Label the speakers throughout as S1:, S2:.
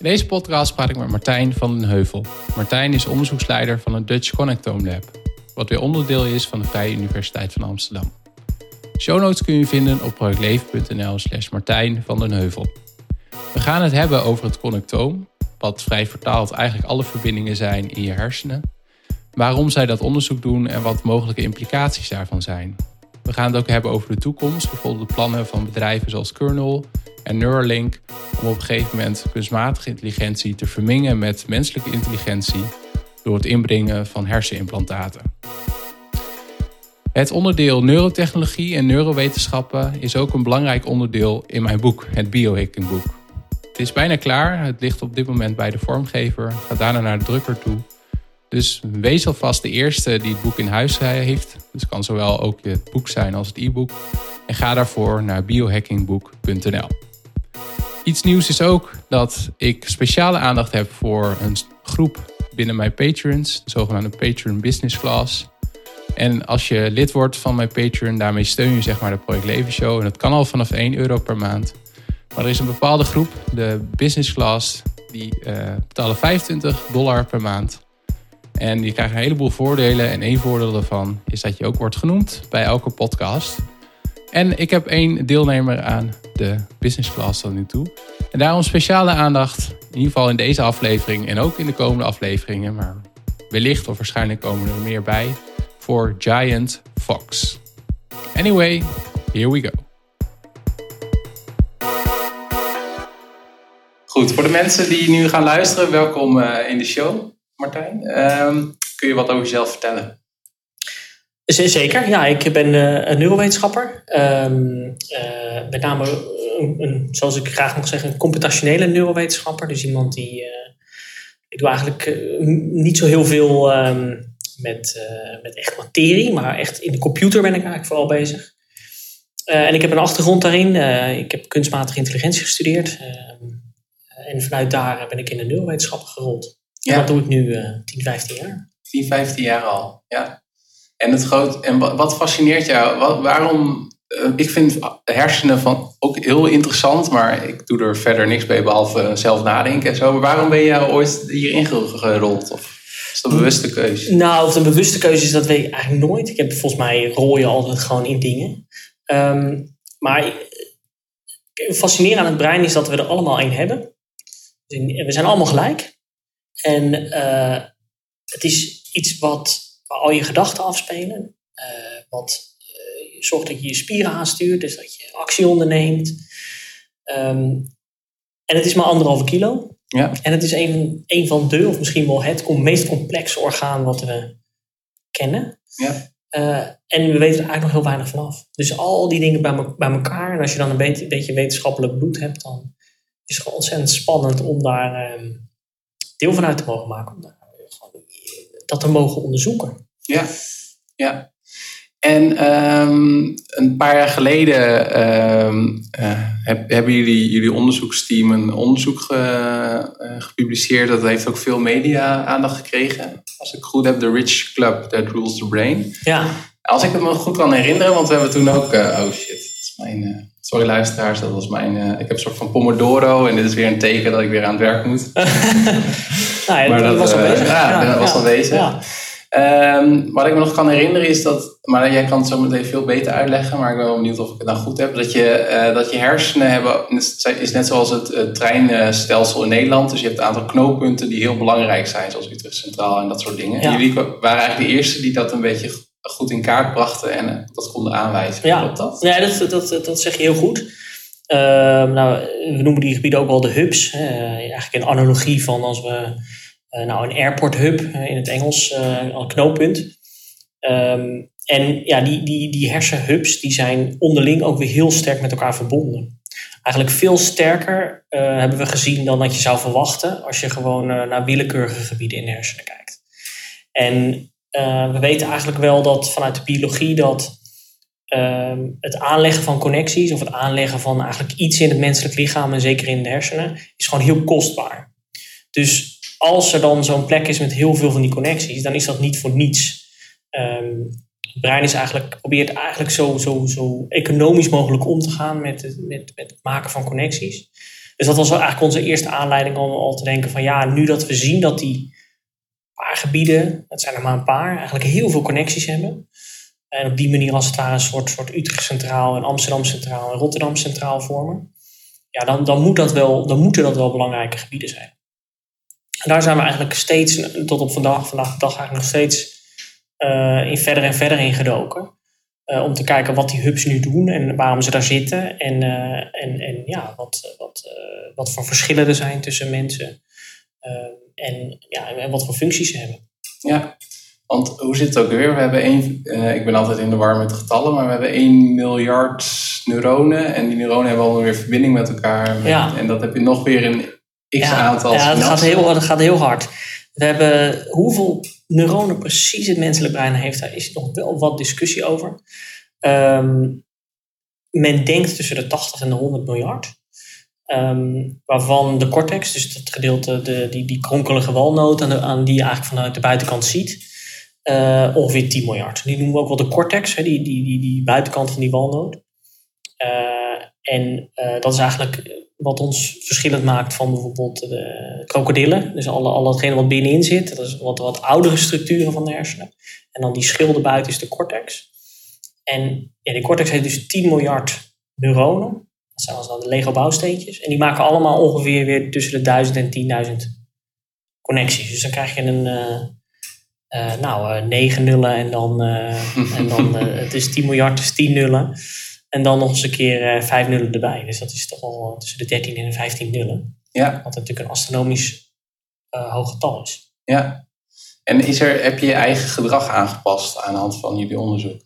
S1: In deze podcast praat ik met Martijn van den Heuvel. Martijn is onderzoeksleider van het Dutch Connectome Lab, wat weer onderdeel is van de Vrije Universiteit van Amsterdam. Show notes kun je vinden op projectleven.nl/Martijn van den Heuvel. We gaan het hebben over het connectoom, wat vrij vertaald eigenlijk alle verbindingen zijn in je hersenen. Waarom zij dat onderzoek doen en wat mogelijke implicaties daarvan zijn. We gaan het ook hebben over de toekomst, bijvoorbeeld de plannen van bedrijven zoals Kernel en Neuralink, om op een gegeven moment kunstmatige intelligentie te vermengen met menselijke intelligentie door het inbrengen van hersenimplantaten. Het onderdeel neurotechnologie en neurowetenschappen is ook een belangrijk onderdeel in mijn boek, het Biohacking boek. Het is bijna klaar, het ligt op dit moment bij de vormgever, het gaat daarna naar de drukker toe. Dus wees alvast de eerste die het boek in huis heeft. Dus het kan zowel ook het boek zijn als het e-book. En ga daarvoor naar biohackingboek.nl. Iets nieuws is ook dat ik speciale aandacht heb voor een groep binnen mijn patrons, de zogenaamde Patreon Business Class. En als je lid wordt van mijn Patreon, daarmee steun je zeg maar de Project Leven Show. En dat kan al vanaf €1 per maand. Maar er is een bepaalde groep, de Business Class, die betalen $25 per maand. En die krijgen een heleboel voordelen. En één voordeel daarvan is dat je ook wordt genoemd bij elke podcast. En ik heb 1 deelnemer aan de business class tot nu toe. En daarom speciale aandacht, in ieder geval in deze aflevering en ook in de komende afleveringen. Maar wellicht of waarschijnlijk komen er meer bij. Voor Giant Fox. Anyway, here we go. Goed, voor de mensen die nu gaan luisteren, welkom in de show. Martijn, kun je wat over jezelf vertellen?
S2: Zeker, ja. Ik ben een neurowetenschapper. Met name, zoals ik graag mag zeggen, een computationele neurowetenschapper. Dus iemand die... ik doe eigenlijk niet zo heel veel met echt materie, maar echt in de computer ben ik eigenlijk vooral bezig. En ik heb een achtergrond daarin. Ik heb kunstmatige intelligentie gestudeerd. En vanuit daar ben ik in de neurowetenschappen gerold. Ja. En dat doe ik nu 10, 15 jaar.
S1: 10, 15 jaar al, ja. En wat fascineert jou? Waarom? Ik vind hersenen ook heel interessant, maar ik doe er verder niks bij behalve zelf nadenken en zo. Maar waarom ben je ooit hierin gerold? Of is dat een bewuste keuze?
S2: Nou, of het een bewuste keuze is, dat weet ik eigenlijk nooit. Ik heb volgens mij rol je altijd gewoon in dingen. Maar fascinerend aan het brein is dat we er allemaal één hebben. We zijn allemaal gelijk. En het is iets waar al je gedachten afspelen. Wat zorgt dat je je spieren aanstuurt. Dus dat je actie onderneemt. En het is maar 1,5 kilo. Ja. En het is een van de, of misschien wel het meest complexe orgaan wat we kennen. Ja. En we weten er eigenlijk nog heel weinig vanaf. Dus al die dingen bij elkaar. En als je dan een beetje wetenschappelijk bloed hebt, dan is het gewoon ontzettend spannend om daar deel van uit te mogen maken. Om dat te mogen onderzoeken.
S1: Ja, ja. En een paar jaar geleden hebben jullie onderzoeksteam een onderzoek gepubliceerd. Dat heeft ook veel media-aandacht gekregen. Als ik goed heb, The Rich Club That Rules the Brain. Ja. Als ik het me goed kan herinneren, want we hebben toen ook... oh shit, dat is mijn... sorry luisteraars, dat was mijn... ik heb een soort van Pomodoro en dit is weer een teken dat ik weer aan het werk moet.
S2: Nou ja, maar dat was al bezig.
S1: Dat was al bezig. Ja. Wat ik me nog kan herinneren is dat... Maar jij kan het zo meteen veel beter uitleggen, maar ik ben wel benieuwd of ik het nou goed heb. Dat je hersenen hebben... is net zoals het treinstelsel in Nederland. Dus je hebt een aantal knooppunten die heel belangrijk zijn, zoals Utrecht Centraal en dat soort dingen. Ja. En jullie waren eigenlijk de eerste die dat een beetje goed in kaart brachten en dat konden aanwijzen.
S2: Ja, dat zeg je heel goed. We noemen die gebieden ook wel de hubs. Eigenlijk een analogie van als we een airport hub in het Engels, een knooppunt. En ja, die hersenhubs die zijn onderling ook weer heel sterk met elkaar verbonden. Eigenlijk veel sterker hebben we gezien dan dat je zou verwachten als je gewoon naar willekeurige gebieden in de hersenen kijkt. En we weten eigenlijk wel dat vanuit de biologie dat het aanleggen van connecties of het aanleggen van eigenlijk iets in het menselijk lichaam en zeker in de hersenen is gewoon heel kostbaar. Dus als er dan zo'n plek is met heel veel van die connecties, dan is dat niet voor niets. Het brein probeert eigenlijk zo economisch mogelijk om te gaan met het maken van connecties. Dus dat was eigenlijk onze eerste aanleiding om al te denken van nu dat we zien dat die paar gebieden, dat zijn er maar een paar, eigenlijk heel veel connecties hebben. En op die manier als het ware een soort Utrecht Centraal en Amsterdam Centraal en Rotterdam Centraal vormen. Ja, dan moeten dat wel belangrijke gebieden zijn. En daar zijn we eigenlijk steeds, tot op vandaag de dag eigenlijk nog steeds in verder en verder in gedoken. Om te kijken wat die hubs nu doen en waarom ze daar zitten. En wat voor verschillen er zijn tussen mensen. En wat voor functies ze hebben.
S1: Ja, want hoe zit het ook weer? We hebben ik ben altijd in de war met getallen, maar we hebben 1 miljard neuronen. En die neuronen hebben allemaal weer verbinding met elkaar. En dat heb je nog weer een x-aantal.
S2: Ja, dat gaat heel hard. We hebben hoeveel neuronen precies het menselijk brein heeft, daar is nog wel wat discussie over. Men denkt tussen de 80 en de 100 miljard. Waarvan de cortex, dus dat gedeelte, die kronkelige walnoot die je eigenlijk vanuit de buitenkant ziet, ongeveer 10 miljard. Die noemen we ook wel de cortex, die buitenkant van die walnoot. Dat is eigenlijk wat ons verschillend maakt van bijvoorbeeld de krokodillen. Dus al hetgene wat binnenin zit. Dat is wat oudere structuren van de hersenen. En dan die schil erbuiten is de cortex. En de cortex heeft dus 10 miljard neuronen. Dat zijn als de Lego bouwsteentjes. En die maken allemaal ongeveer weer tussen de 1000 en 10.000 connecties. Dus dan krijg je een 9 nullen en dan het is 10 miljard, dus 10 nullen. En dan nog eens een keer 5 nullen erbij. Dus dat is toch al tussen de 13 en de 15 nullen. Ja. Wat natuurlijk een astronomisch hoog getal is.
S1: Ja. En heb je je eigen gedrag aangepast aan de hand van jullie onderzoek?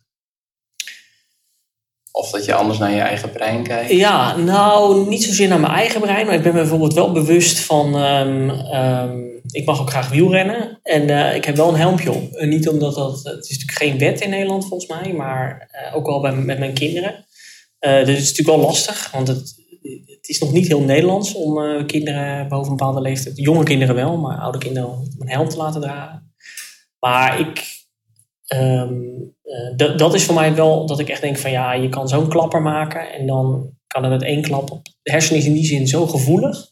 S1: Of dat je anders naar je eigen brein kijkt?
S2: Ja, nou, niet zozeer naar mijn eigen brein. Maar ik ben me bijvoorbeeld wel bewust van... ik mag ook graag wielrennen. En ik heb wel een helmpje op. Niet omdat het is natuurlijk geen wet in Nederland volgens mij. Maar ook wel met mijn kinderen. Dus het is natuurlijk wel lastig. Want het is nog niet heel Nederlands om kinderen boven een bepaalde leeftijd... Jonge kinderen wel, maar oude kinderen om een helm te laten dragen. Maar dat is voor mij wel dat ik echt denk van je kan zo'n klapper maken en dan kan er met 1 klap op. De hersenen is in die zin zo gevoelig.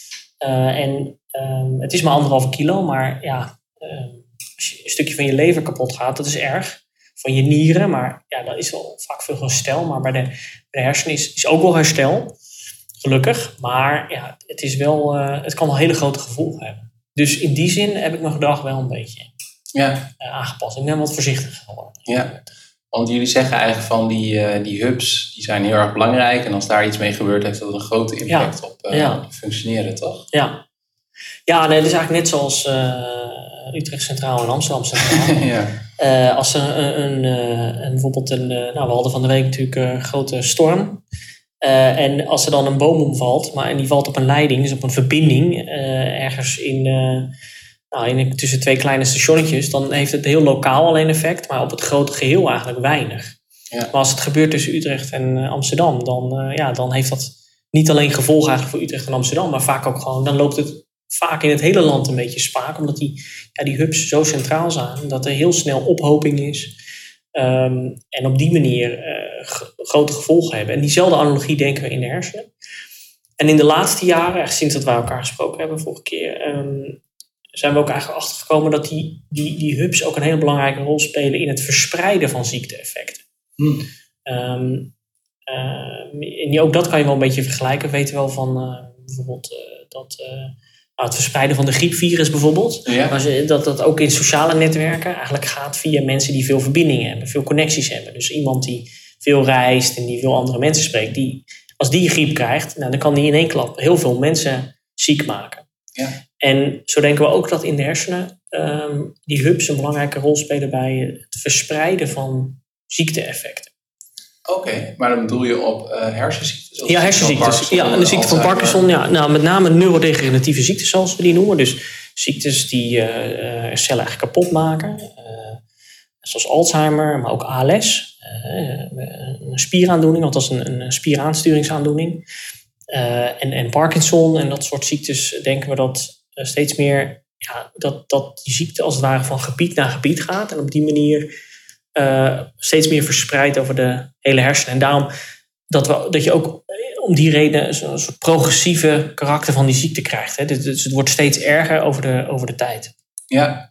S2: Het is maar 1,5 kilo, maar als je een stukje van je lever kapot gaat, dat is erg. Van je nieren, maar dat is wel vaak veel herstel. Maar bij de hersenen is ook wel herstel, gelukkig. Maar het is wel, het kan wel hele grote gevolgen hebben. Dus in die zin heb ik mijn gedrag wel een beetje aangepast. Ik ben wat voorzichtiger geworden.
S1: Ja, want jullie zeggen eigenlijk van die hubs, die zijn heel erg belangrijk. En als daar iets mee gebeurt, heeft dat een grote impact op functioneren, toch?
S2: Ja. Ja, nee, dat is eigenlijk net zoals Utrecht Centraal en Amsterdam Centraal. Als er bijvoorbeeld we hadden van de week natuurlijk een grote storm. En als er dan een boom omvalt, en die valt op een leiding, dus op een verbinding, ergens tussen 2 kleine stationnetjes, dan heeft het heel lokaal alleen effect, maar op het grote geheel eigenlijk weinig. Ja. Maar als het gebeurt tussen Utrecht en Amsterdam, dan heeft dat niet alleen gevolgen eigenlijk voor Utrecht en Amsterdam, maar vaak ook gewoon, dan loopt het vaak in het hele land een beetje spaak, omdat die hubs zo centraal zijn, dat er heel snel ophoping is. En op die manier grote gevolgen hebben. En diezelfde analogie denken we in de hersenen. En in de laatste jaren, echt sinds dat we elkaar gesproken hebben vorige keer, zijn we ook eigenlijk achtergekomen dat die hubs ook een hele belangrijke rol spelen in het verspreiden van ziekte-effecten. En ook dat kan je wel een beetje vergelijken. We weten wel van bijvoorbeeld het verspreiden van de griepvirus bijvoorbeeld. Ja. Dat ook in sociale netwerken eigenlijk gaat via mensen die veel verbindingen hebben, veel connecties hebben. Dus iemand die veel reist en die veel andere mensen spreekt, als die griep krijgt, dan kan die in 1 klap heel veel mensen ziek maken. Ja. En zo denken we ook dat in de hersenen die hubs een belangrijke rol spelen bij het verspreiden van ziekte-effecten.
S1: Oké, maar dan bedoel je op hersenziektes?
S2: Ja, hersenziektes. En de ziekte van Parkinson. Met name neurodegeneratieve ziektes, zoals we die noemen. Dus ziektes die cellen eigenlijk kapot maken. Zoals Alzheimer, maar ook ALS. Een spieraandoening, althans een spieraansturingsaandoening. En Parkinson en dat soort ziektes denken we dat steeds meer... dat die ziekte als het ware van gebied naar gebied gaat. En op die manier steeds meer verspreidt over de hele hersenen. En daarom dat je ook om die reden een soort progressieve karakter van die ziekte krijgt. Hè? Dus het wordt steeds erger over de tijd.
S1: Ja.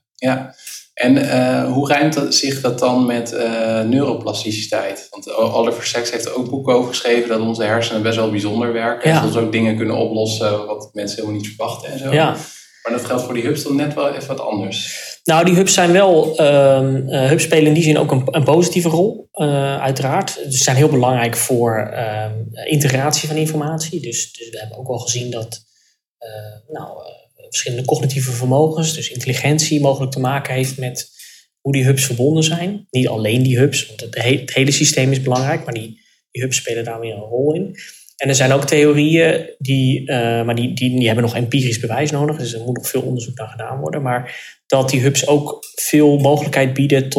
S1: En hoe rijmt zich dat dan met neuroplasticiteit? Want Oliver Sacks heeft er ook boeken over geschreven dat onze hersenen best wel bijzonder werken. Ja. Dat we ook dingen kunnen oplossen wat mensen helemaal niet verwachten en zo. Ja. Maar dat geldt voor die hubs dan net wel even wat anders.
S2: Nou, die hubs zijn wel... hubs spelen in die zin ook een positieve rol, uiteraard. Ze zijn heel belangrijk voor integratie van informatie. Dus we hebben ook wel gezien dat verschillende cognitieve vermogens, dus intelligentie, mogelijk te maken heeft met hoe die hubs verbonden zijn. Niet alleen die hubs, want het hele systeem is belangrijk, maar die hubs spelen daar weer een rol in. En er zijn ook theorieën maar die hebben nog empirisch bewijs nodig. Dus er moet nog veel onderzoek naar gedaan worden. Maar dat die hubs ook veel mogelijkheid bieden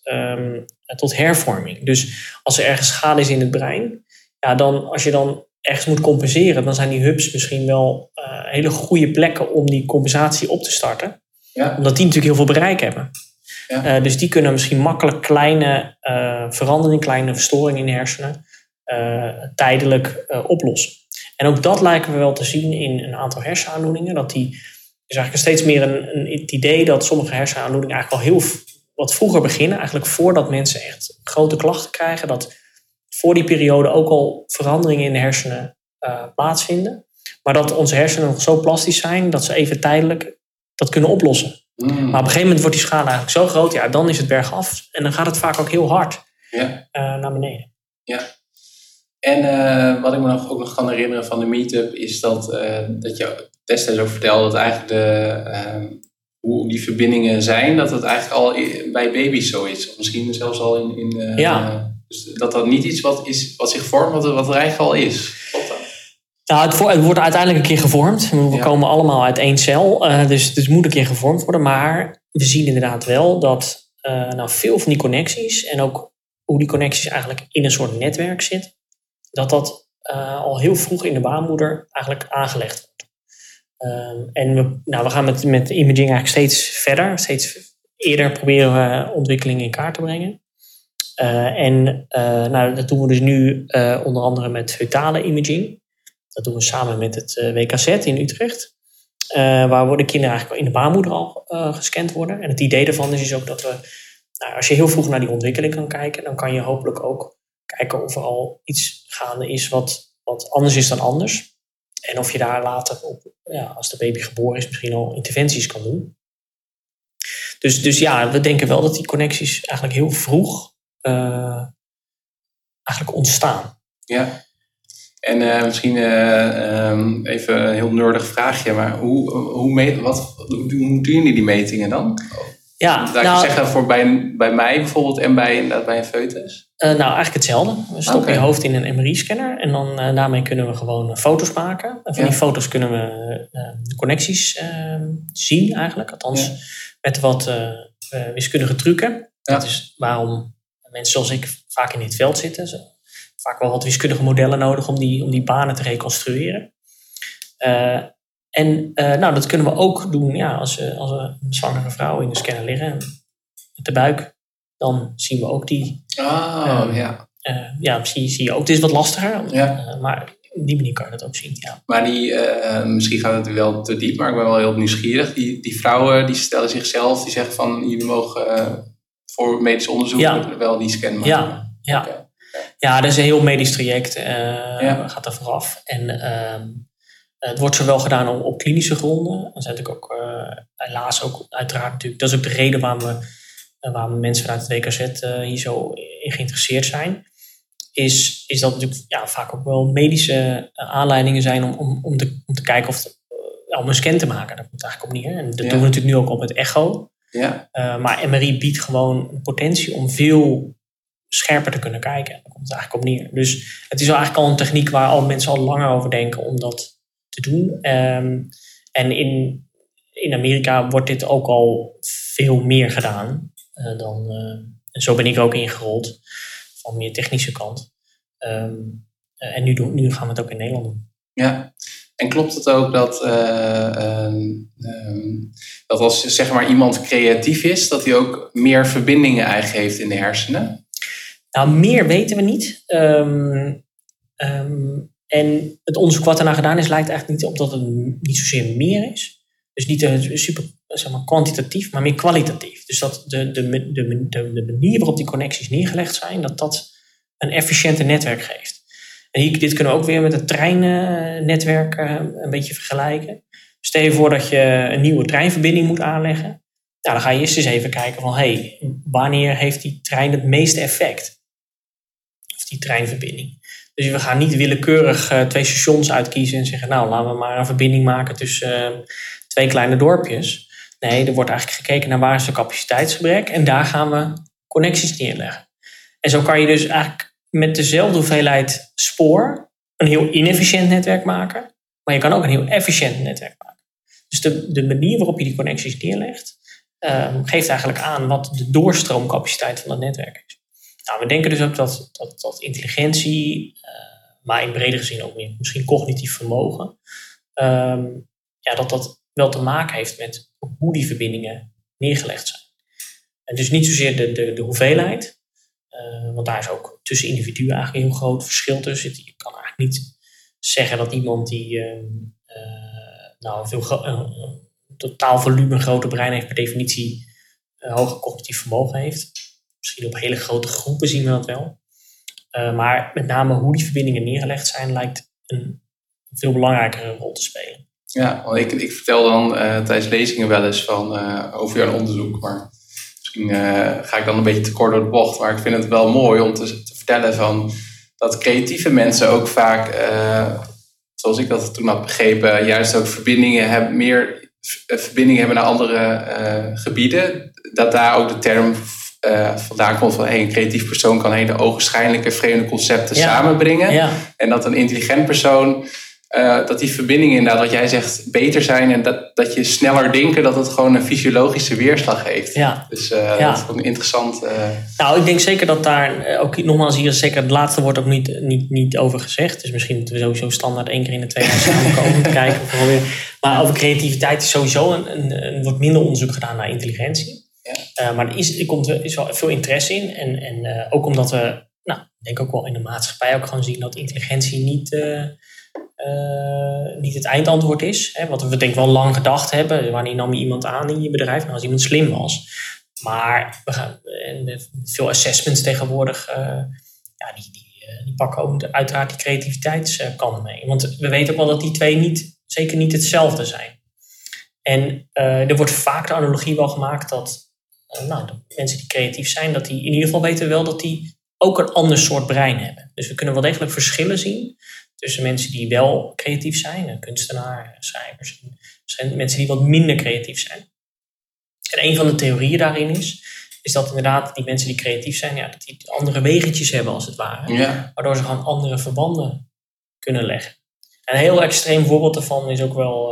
S2: tot hervorming. Dus als er ergens schade is in het brein, als je dan ergens moet compenseren, dan zijn die hubs misschien wel hele goede plekken om die compensatie op te starten. Ja. Omdat die natuurlijk heel veel bereik hebben. Ja. Dus die kunnen misschien makkelijk kleine veranderingen, kleine verstoringen in de hersenen tijdelijk oplossen. En ook dat lijken we wel te zien in een aantal hersenaandoeningen. Dat is eigenlijk steeds meer het idee dat sommige hersenaandoeningen eigenlijk al heel wat vroeger beginnen. Eigenlijk voordat mensen echt grote klachten krijgen. Dat voor die periode ook al veranderingen in de hersenen plaatsvinden. Maar dat onze hersenen nog zo plastisch zijn dat ze even tijdelijk dat kunnen oplossen. Maar op een gegeven moment wordt die schade eigenlijk zo groot. Dan is het bergaf. En dan gaat het vaak ook heel hard naar beneden.
S1: Ja. En wat ik me ook nog kan herinneren van de meetup is dat je destijds ook vertelde dat eigenlijk hoe die verbindingen zijn, dat het eigenlijk al bij baby's zo is. Of misschien zelfs al dus dat niet iets wat zich vormt, wat er eigenlijk al is. Klopt dat?
S2: Nou, het wordt uiteindelijk een keer gevormd. We komen allemaal uit één cel. Dus het moet een keer gevormd worden. Maar we zien inderdaad wel dat veel van die connecties en ook hoe die connecties eigenlijk in een soort netwerk zitten, dat al heel vroeg in de baarmoeder eigenlijk aangelegd wordt. En we gaan met imaging eigenlijk steeds verder. Steeds eerder proberen we ontwikkelingen in kaart te brengen. Dat doen we dus nu onder andere met fetale imaging. Dat doen we samen met het WKZ in Utrecht. Waar de kinderen eigenlijk in de baarmoeder al gescand worden. En het idee daarvan is ook dat we, als je heel vroeg naar die ontwikkeling kan kijken, dan kan je hopelijk ook kijken of er al iets gaande is wat anders is dan anders. En of je daar later als de baby geboren is, misschien al interventies kan doen. Dus we denken wel dat die connecties eigenlijk heel vroeg eigenlijk ontstaan.
S1: Ja. En misschien even een heel nerdig vraagje, maar hoe doen jullie die metingen dan? Ja, je zeggen voor bij mij bijvoorbeeld en bij een foetus?
S2: Eigenlijk hetzelfde. We stoppen je hoofd in een MRI-scanner en dan daarmee kunnen we gewoon foto's maken. En van die foto's kunnen we de connecties zien eigenlijk. Althans met wat wiskundige trucken. Ja. Dat is waarom mensen zoals ik vaak in dit veld zitten. Vaak wel wat wiskundige modellen nodig om die banen te reconstrueren. Dat kunnen we ook doen als we een zwangere vrouw in de scanner liggen met de buik. Dan zien we ook die. Zie je ook. Het is wat lastiger, maar op die manier kan je dat ook zien. Ja.
S1: Maar misschien gaat het wel te diep, maar ik ben wel heel nieuwsgierig. Die vrouwen die stellen zichzelf, die zeggen van jullie mogen voor medisch onderzoek wel die scan maken.
S2: Ja. Okay. Ja, dat is een heel medisch traject. Gaat er vooraf. En het wordt zowel gedaan op klinische gronden. Er zijn natuurlijk ook, helaas ook uiteraard natuurlijk. Dat is ook de reden waarom mensen vanuit het WKZ hier zo in geïnteresseerd zijn. Is dat natuurlijk vaak ook wel medische aanleidingen zijn om te kijken om een scan te maken. Dat komt eigenlijk op neer. En dat doen we natuurlijk nu ook al met echo. Ja. Maar MRI biedt gewoon de potentie om veel scherper te kunnen kijken. Daar komt het eigenlijk op neer. Dus het is eigenlijk al een techniek waar al mensen al langer over denken om dat te doen. En in Amerika wordt dit ook al veel meer gedaan. En zo ben ik ook ingerold van meer technische kant. En nu gaan we het ook in Nederland doen.
S1: Ja. En klopt het ook dat als zeg maar iemand creatief is, dat hij ook meer verbindingen eigenlijk heeft in de hersenen?
S2: Nou, meer weten we niet. En het onderzoek wat ernaar gedaan is, lijkt eigenlijk niet op dat het niet zozeer meer is. Dus niet super kwantitatief, maar meer kwalitatief. Dus dat de manier waarop die connecties neergelegd zijn, dat een efficiënter netwerk geeft. En dit kunnen we ook weer met het treinnetwerk een beetje vergelijken. Stel je voor dat je een nieuwe treinverbinding moet aanleggen. Nou, dan ga je eerst eens even kijken van, wanneer heeft die trein het meeste effect? Of die treinverbinding. Dus we gaan niet willekeurig 2 stations uitkiezen en zeggen, nou, laten we maar een verbinding maken tussen 2 kleine dorpjes. Nee, er wordt eigenlijk gekeken naar waar is de capaciteitsgebrek en daar gaan we connecties neerleggen. En zo kan je dus eigenlijk met dezelfde hoeveelheid spoor een heel inefficiënt netwerk maken, maar je kan ook een heel efficiënt netwerk maken. Dus de manier waarop je die connecties neerlegt, geeft eigenlijk aan wat de doorstroomcapaciteit van het netwerk is. Nou, we denken dus ook dat intelligentie, maar in bredere zin ook meer misschien cognitief vermogen, dat wel te maken heeft met hoe die verbindingen neergelegd zijn. En dus niet zozeer de hoeveelheid, want daar is ook tussen individuen eigenlijk een heel groot verschil tussen. Je kan eigenlijk niet zeggen dat iemand die een totaal volume groter brein heeft per definitie hoger cognitief vermogen heeft. Misschien op hele grote groepen zien we dat wel. Maar met name hoe die verbindingen neergelegd zijn lijkt een veel belangrijkere rol te spelen.
S1: Ja, want ik vertel dan tijdens lezingen wel eens over jouw onderzoek. Maar misschien ga ik dan een beetje te kort door de bocht. Maar ik vind het wel mooi om te vertellen van dat creatieve mensen ook vaak, zoals ik dat toen had begrepen, juist ook verbindingen hebben naar andere gebieden. Dat daar ook de term vandaan komt van een creatief persoon kan hele ogenschijnlijke vreemde concepten samenbrengen. Ja. En dat een intelligent persoon, dat die verbindingen inderdaad, wat jij zegt, beter zijn en dat je sneller denken dat het gewoon een fysiologische weerslag heeft. Ja. Dus dat is ook een interessant.
S2: Nou, ik denk zeker dat daar ook nogmaals hier zeker het laatste wordt ook niet over gezegd. Dus misschien moeten we sowieso standaard 1 keer in de 2 jaar samenkomen om te kijken. Maar over creativiteit is sowieso een wordt minder onderzoek gedaan naar intelligentie. Ja. Maar er is wel veel interesse in. En ook omdat we, ik denk ook wel in de maatschappij ook gewoon zien dat intelligentie niet het eindantwoord is. Hè? Wat we denk ik wel lang gedacht hebben. Wanneer nam je iemand aan in je bedrijf? Nou, als iemand slim was. Maar veel assessments tegenwoordig, die pakken ook uiteraard die creativiteitskant mee. Want we weten ook wel dat die twee zeker niet hetzelfde zijn. En er wordt vaak de analogie wel gemaakt dat de mensen die creatief zijn, dat die in ieder geval weten wel dat die ook een ander soort brein hebben. Dus we kunnen wel degelijk verschillen zien tussen mensen die wel creatief zijn, kunstenaars, schrijvers, en mensen die wat minder creatief zijn. En een van de theorieën daarin is dat inderdaad die mensen die creatief zijn, dat die andere wegentjes hebben als het ware. Ja. Waardoor ze gewoon andere verbanden kunnen leggen. En een heel extreem voorbeeld daarvan is ook wel,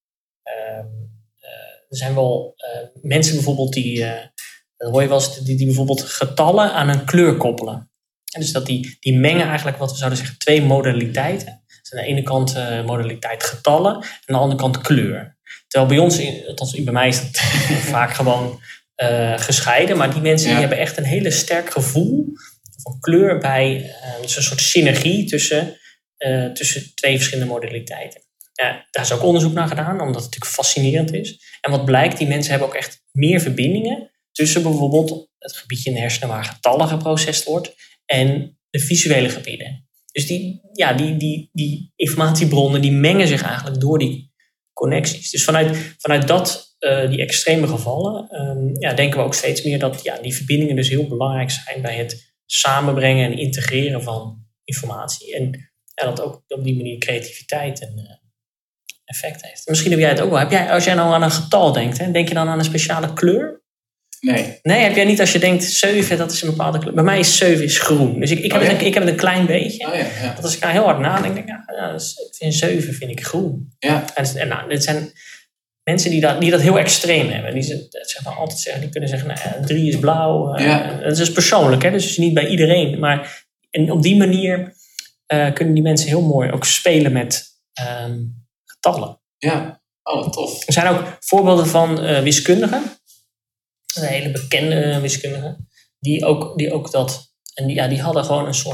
S2: er zijn wel mensen bijvoorbeeld dat hoor je wel eens, die bijvoorbeeld getallen aan een kleur koppelen. En dus dat die mengen eigenlijk wat we zouden zeggen 2 modaliteiten. Dus aan de ene kant modaliteit getallen en aan de andere kant kleur. Terwijl bij ons, althans bij mij is dat vaak gewoon gescheiden. Maar die mensen die hebben echt een hele sterk gevoel van kleur bij dus een soort synergie tussen 2 verschillende modaliteiten. Daar is ook onderzoek naar gedaan, omdat het natuurlijk fascinerend is. En wat blijkt, die mensen hebben ook echt meer verbindingen tussen bijvoorbeeld het gebiedje in de hersenen waar getallen geprocessed wordt en de visuele gebieden. Dus die informatiebronnen die mengen zich eigenlijk door die connecties. Dus vanuit die extreme gevallen denken we ook steeds meer dat die verbindingen dus heel belangrijk zijn bij het samenbrengen en integreren van informatie. En dat ook op die manier creativiteit en effect heeft. Misschien heb jij het ook wel. Als jij nou aan een getal denkt, denk je dan aan een speciale kleur? Nee, heb jij niet als je denkt 7, dat is een bepaalde kleur. Bij mij is 7 groen. Dus ik heb het een klein beetje. Dat als ik nou heel hard nadenk, denk ik, 7 vind ik groen. Ja. En dit zijn mensen die dat heel extreem hebben. Die kunnen zeggen, 3 is blauw. Dat is persoonlijk, hè? Dus het is niet bij iedereen. Maar en op die manier kunnen die mensen heel mooi ook spelen met getallen. Ja, tof. Er zijn ook voorbeelden van wiskundigen. Een hele bekende wiskundige. Die ook dat. En die hadden gewoon een soort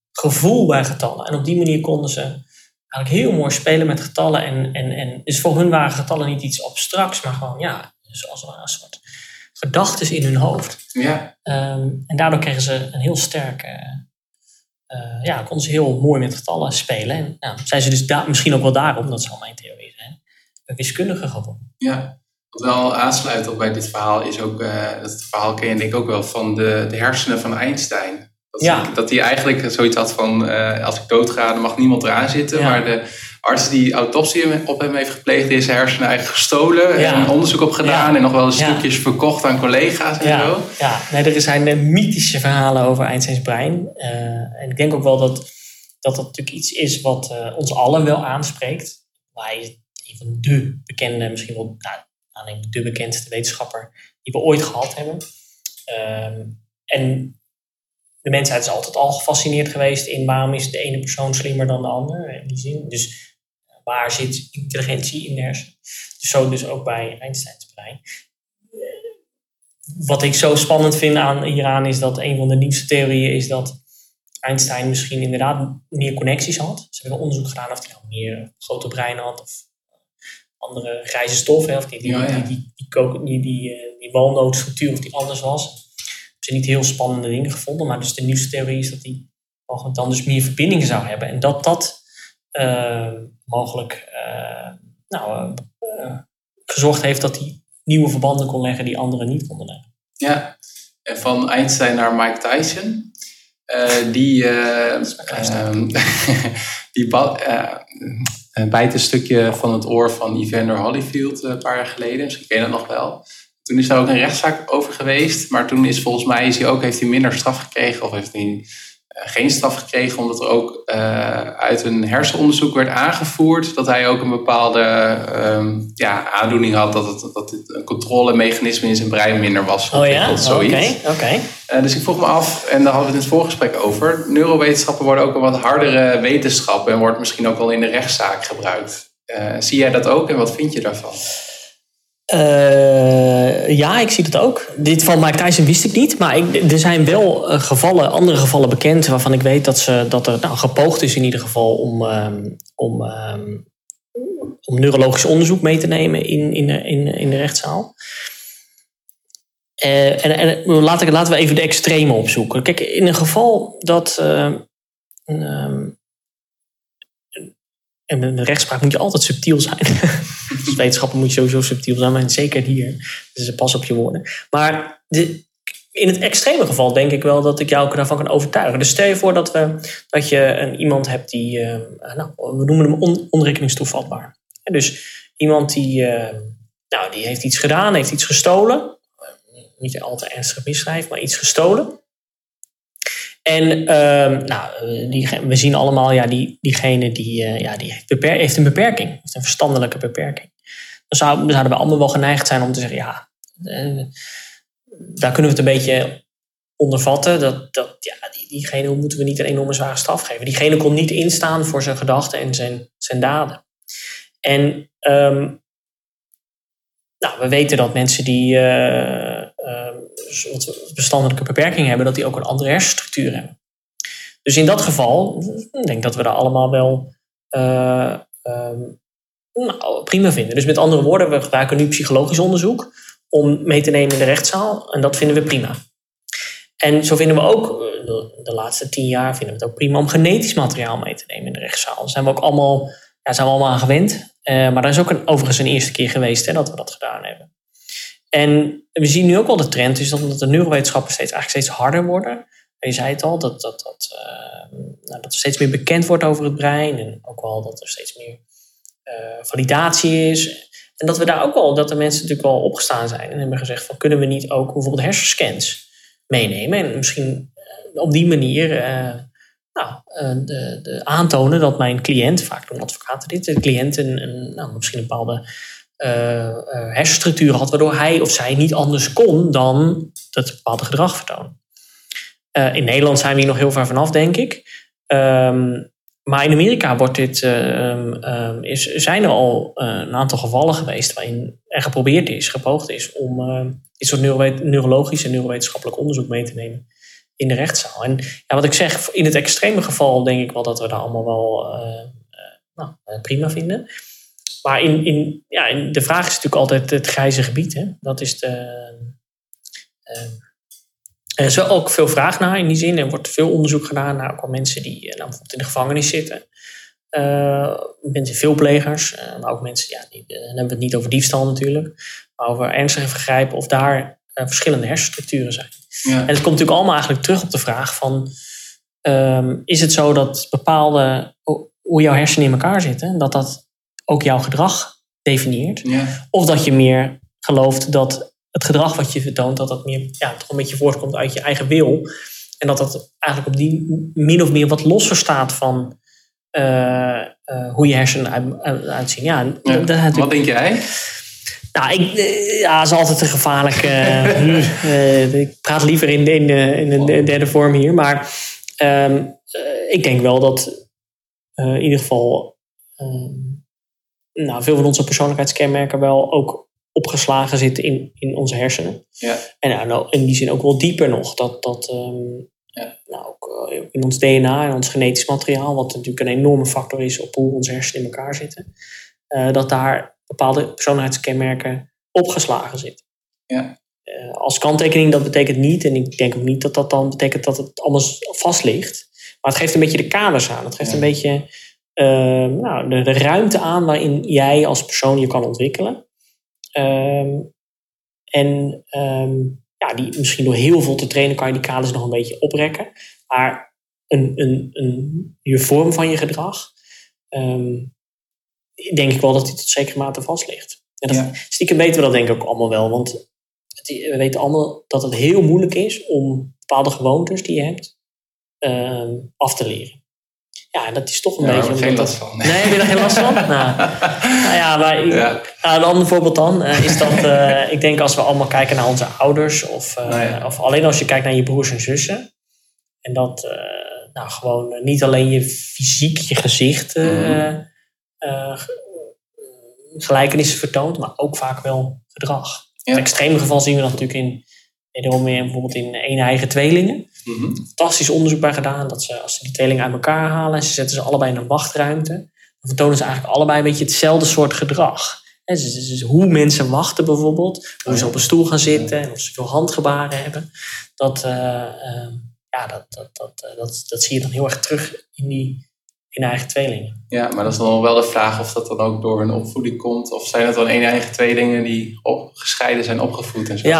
S2: gevoel bij getallen. En op die manier konden ze eigenlijk heel mooi spelen met getallen. En dus voor hun waren getallen niet iets abstracts, maar gewoon zoals een soort gedachtes in hun hoofd.
S1: Ja.
S2: En daardoor kregen ze een heel sterke... konden ze heel mooi met getallen spelen. En zijn ze dus misschien ook wel daarom, dat zal mijn theorie zijn, een wiskundige geworden.
S1: Ja. Wat wel aansluit op bij dit verhaal is ook, dat verhaal ken je denk ik ook wel, van de hersenen van Einstein. Dat hij eigenlijk zoiets had van, als ik doodga, dan mag niemand eraan zitten. Ja. Maar de arts die autopsie op hem heeft gepleegd, is zijn hersenen eigenlijk gestolen en onderzoek op gedaan en nog wel stukjes verkocht aan collega's en zo.
S2: Ja, er zijn mythische verhalen over Einsteins brein. En ik denk ook wel dat natuurlijk iets is wat ons allen wel aanspreekt. Hij is een van de bekende, misschien wel de bekendste wetenschapper die we ooit gehad hebben. En de mensheid is altijd al gefascineerd geweest in waarom is de ene persoon slimmer dan de ander. In die zin. Dus waar zit intelligentie in de hersenen? Dus zo dus ook bij Einsteins brein. Wat ik zo spannend vind hieraan is dat een van de nieuwste theorieën is dat Einstein misschien inderdaad meer connecties had. Ze hebben onderzoek gedaan of hij nou meer grote brein had of andere grijze stoffen, of die walnootstructuur of die anders was. Ze niet heel spannende dingen gevonden, maar dus de nieuwste theorie is dat hij dan dus meer verbindingen zou hebben. En dat mogelijk gezorgd heeft dat hij nieuwe verbanden kon leggen die anderen niet konden leggen.
S1: Ja, en van Einstein naar Mike Tyson. Bijt een stukje van het oor van Evander Holyfield een paar jaar geleden. Misschien ken je dat nog wel. Toen is daar ook een rechtszaak over geweest. Maar toen is volgens mij heeft hij minder straf gekregen. Of heeft hij geen straf gekregen. Omdat er ook uit een hersenonderzoek werd aangevoerd. Dat hij ook een bepaalde aandoening had. Dat het een controlemechanisme in zijn brein minder was.
S2: Oh ja? Oké.
S1: Dus ik vroeg me af, en daar hadden we het in het voorgesprek over. Neurowetenschappen worden ook een wat hardere wetenschappen. En wordt misschien ook wel in de rechtszaak gebruikt. Zie jij dat ook en wat vind je daarvan?
S2: Ja, ik zie dat ook. Dit van Mike Tyson wist ik niet. Maar er zijn wel andere gevallen bekend waarvan ik weet dat er gepoogd is in ieder geval om neurologisch onderzoek mee te nemen in de rechtszaal. En laten we even de extreme opzoeken. Kijk, in een geval dat... En in de rechtspraak moet je altijd subtiel zijn. Als wetenschapper moet je sowieso subtiel zijn, maar zeker hier. Dus pas op je woorden. Maar in het extreme geval denk ik wel dat ik jou daarvan kan overtuigen. Dus stel je voor dat je iemand hebt die... we noemen hem onrekeningstoevatbaar. Dus iemand die heeft iets gedaan, heeft iets gestolen. Niet al te ernstig misdrijf, maar iets gestolen. En we zien allemaal, diegene die heeft een beperking. Heeft een verstandelijke beperking. Dan zouden we allemaal wel geneigd zijn om te zeggen, daar kunnen we het een beetje onder vatten. Diegene moeten we niet een enorme zware straf geven. Diegene kon niet instaan voor zijn gedachten en zijn daden. En we weten dat mensen die verstandelijke beperking hebben, dat die ook een andere hersenstructuur hebben. Dus in dat geval, ik denk dat we dat allemaal wel prima vinden. Dus met andere woorden, we gebruiken nu psychologisch onderzoek om mee te nemen in de rechtszaal. En dat vinden we prima. En zo vinden we ook, de laatste 10 jaar vinden we het ook prima om genetisch materiaal mee te nemen in de rechtszaal. Daar zijn we ook allemaal aan gewend. Maar dat is ook overigens een eerste keer geweest dat we dat gedaan hebben. En we zien nu ook wel de trend, is dat de neurowetenschappen steeds harder worden. En je zei het al, dat er steeds meer bekend wordt over het brein. En ook wel dat er steeds meer validatie is. En dat we daar ook wel, dat de mensen natuurlijk wel opgestaan zijn. En hebben gezegd van, kunnen we niet ook bijvoorbeeld hersenscans meenemen? En misschien op die manier aantonen dat mijn cliënt, vaak doen advocaten dit, de cliënt misschien een bepaalde hersenstructuur had, waardoor hij of zij niet anders kon dan dat bepaalde gedrag vertonen. In Nederland zijn we hier nog heel ver vanaf, denk ik. Maar in Amerika zijn er al een aantal gevallen geweest waarin er gepoogd is om dit soort neurologisch en neurowetenschappelijk onderzoek mee te nemen in de rechtszaal. En wat ik zeg, in het extreme geval denk ik wel dat we daar allemaal wel prima vinden. Maar in de vraag is natuurlijk altijd het grijze gebied. Hè? Dat is er is wel ook veel vraag naar in die zin. Er wordt veel onderzoek gedaan naar ook al mensen die bijvoorbeeld in de gevangenis zitten. Mensen, veel plegers, maar ook mensen, dan hebben we het niet over diefstal natuurlijk, maar over ernstige vergrijpen of daar verschillende hersenstructuren zijn. Ja. En het komt natuurlijk allemaal eigenlijk terug op de vraag van, is het zo dat bepaalde, hoe jouw hersenen in elkaar zitten, dat ook jouw gedrag definieert? Ja. Of dat je meer gelooft dat het gedrag wat je vertoont, dat meer toch een beetje voortkomt uit je eigen wil. En dat eigenlijk op die min of meer wat losser staat van hoe je hersenen uitzien.
S1: Wat denk jij?
S2: Nou, dat is altijd een gevaarlijk. Ik praat liever in de derde vorm hier. Maar ik denk wel dat in ieder geval veel van onze persoonlijkheidskenmerken wel ook opgeslagen zitten in onze hersenen. Ja. En in die zin ook wel dieper nog. Ook in ons DNA en ons genetisch materiaal, wat natuurlijk een enorme factor is op hoe onze hersenen in elkaar zitten, dat daar bepaalde persoonlijkheidskenmerken opgeslagen zitten. Ja. Als kanttekening, dat betekent niet, en ik denk ook niet dat dan betekent dat het allemaal vast ligt, maar het geeft een beetje de kaders aan. Het geeft een beetje de ruimte aan waarin jij als persoon je kan ontwikkelen. Die misschien door heel veel te trainen kan je die kaders nog een beetje oprekken. Maar je vorm van je gedrag, denk ik wel dat die tot zekere mate vast ligt. En stiekem weten we dat denk ik ook allemaal wel. Want we weten allemaal dat het heel moeilijk is om bepaalde gewoontes die je hebt af te leren. Ja, en dat is toch een beetje...
S1: Daar heb ik geen last van.
S2: Nee, heb je er geen last van? Een ander voorbeeld dan is dat... ik denk als we allemaal kijken naar onze ouders... of alleen als je kijkt naar je broers en zussen... en dat gewoon niet alleen je fysiek, je gezicht... gelijkenissen vertoont... maar ook vaak wel gedrag. Ja. In het extreme geval zien we dat natuurlijk bijvoorbeeld in een-eigen tweelingen. Mm-hmm. Fantastisch onderzoek bij gedaan. Dat ze, als ze die tweelingen uit elkaar halen... en ze zetten ze allebei in een wachtruimte... dan vertonen ze eigenlijk allebei een beetje hetzelfde soort gedrag. Dus hoe mensen wachten bijvoorbeeld... hoe ze op een stoel gaan zitten... en of ze veel handgebaren hebben... dat zie je dan heel erg terug in eigen tweelingen.
S1: Ja, maar dat is dan wel de vraag of dat dan ook door hun opvoeding komt. Of zijn het dan eigen tweelingen die gescheiden zijn opgevoed en zo?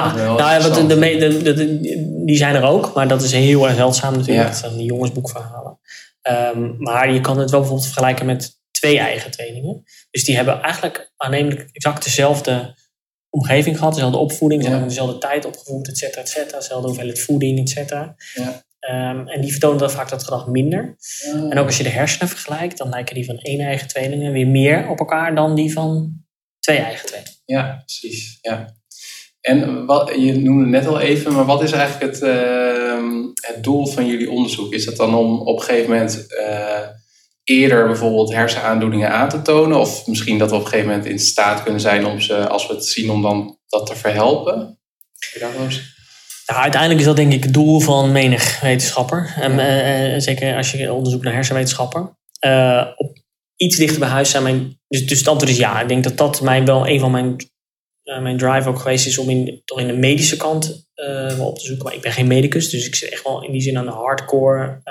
S2: Die zijn er ook. Maar dat is heel erg zeldzaam natuurlijk. Ja. Dat zijn die jongensboekverhalen. Maar je kan het wel bijvoorbeeld vergelijken met 2 eigen tweelingen. Dus die hebben eigenlijk aannemelijk exact dezelfde omgeving gehad. Dezelfde opvoeding. Ze hebben dezelfde tijd opgevoed, et cetera. Dezelfde hoeveelheid voeding, et cetera. Ja. En die vertonen dan vaak dat gedrag minder. En ook als je de hersenen vergelijkt, dan lijken die van 1 eigen tweelingen weer meer op elkaar dan die van 2 eigen tweelingen.
S1: Ja, precies. Ja. En je noemde het net al even, maar wat is eigenlijk het doel van jullie onderzoek? Is dat dan om op een gegeven moment eerder bijvoorbeeld hersenaandoeningen aan te tonen? Of misschien dat we op een gegeven moment in staat kunnen zijn om ze, als we het zien, om dan dat te verhelpen? Heb je daar wel eens...
S2: uiteindelijk is dat denk ik het doel van menig wetenschapper. Zeker als je onderzoekt naar hersenwetenschapper. Op iets dichter bij huis zijn dus het antwoord is ja. Ik denk dat wel een van mijn drive ook geweest is om toch in de medische kant op te zoeken. Maar ik ben geen medicus, dus ik zit echt wel in die zin aan de hardcore.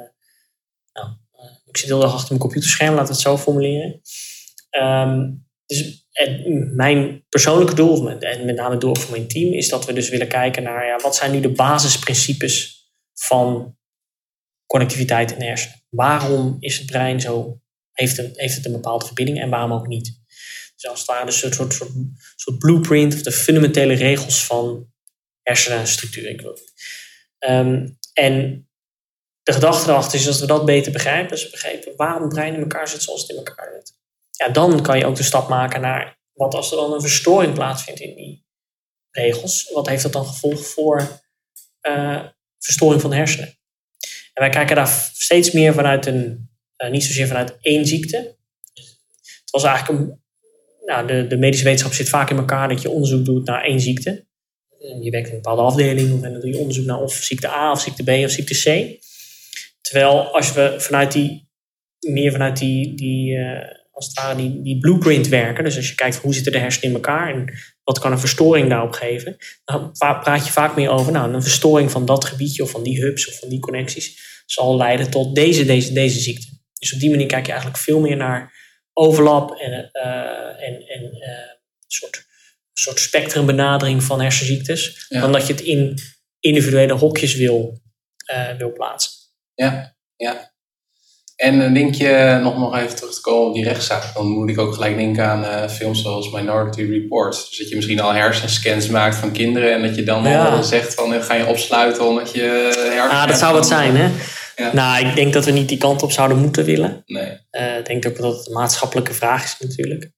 S2: Ik zit heel erg achter mijn computerscherm, laten we het zo formuleren. Dus mijn persoonlijke doel, en met name het doel voor mijn team, is dat we dus willen kijken naar wat zijn nu de basisprincipes van connectiviteit in de hersenen. Waarom is het brein zo, heeft het een bepaalde verbinding en waarom ook niet? Dus als het ware dus een soort blueprint of de fundamentele regels van hersenstructuur. En de gedachte erachter is dat we dat beter begrijpen. Dus we begrijpen waarom het brein in elkaar zit zoals het in elkaar zit. Ja, dan kan je ook de stap maken naar wat als er dan een verstoring plaatsvindt in die regels. Wat heeft dat dan gevolg voor verstoring van de hersenen? En wij kijken daar steeds meer vanuit niet zozeer vanuit één ziekte. Het was eigenlijk de medische wetenschap zit vaak in elkaar dat je onderzoek doet naar één ziekte. je werkt in een bepaalde afdeling en dan doe je onderzoek naar of ziekte A of ziekte B of ziekte C. Terwijl als we vanuit als het ware die blueprint werken, dus als je kijkt hoe zitten de hersenen in elkaar en wat kan een verstoring daarop geven, dan praat je vaak meer over een verstoring van dat gebiedje of van die hubs of van die connecties zal leiden tot deze ziekte. Dus op die manier kijk je eigenlijk veel meer naar overlap en een soort spectrumbenadering van hersenziektes, dan dat je het in individuele hokjes wil plaatsen.
S1: Ja. En dan denk je, nog even terug te komen op die rechtszaak, dan moet ik ook gelijk denken aan films zoals Minority Report. Dus dat je misschien al hersenscans maakt van kinderen en dat je dan zegt van ga je opsluiten omdat je hersenen...
S2: dat zou wat zijn, hè? Ja. Nou, ik denk dat we niet die kant op zouden moeten willen.
S1: Nee.
S2: Ik denk ook dat het een maatschappelijke vraag is natuurlijk.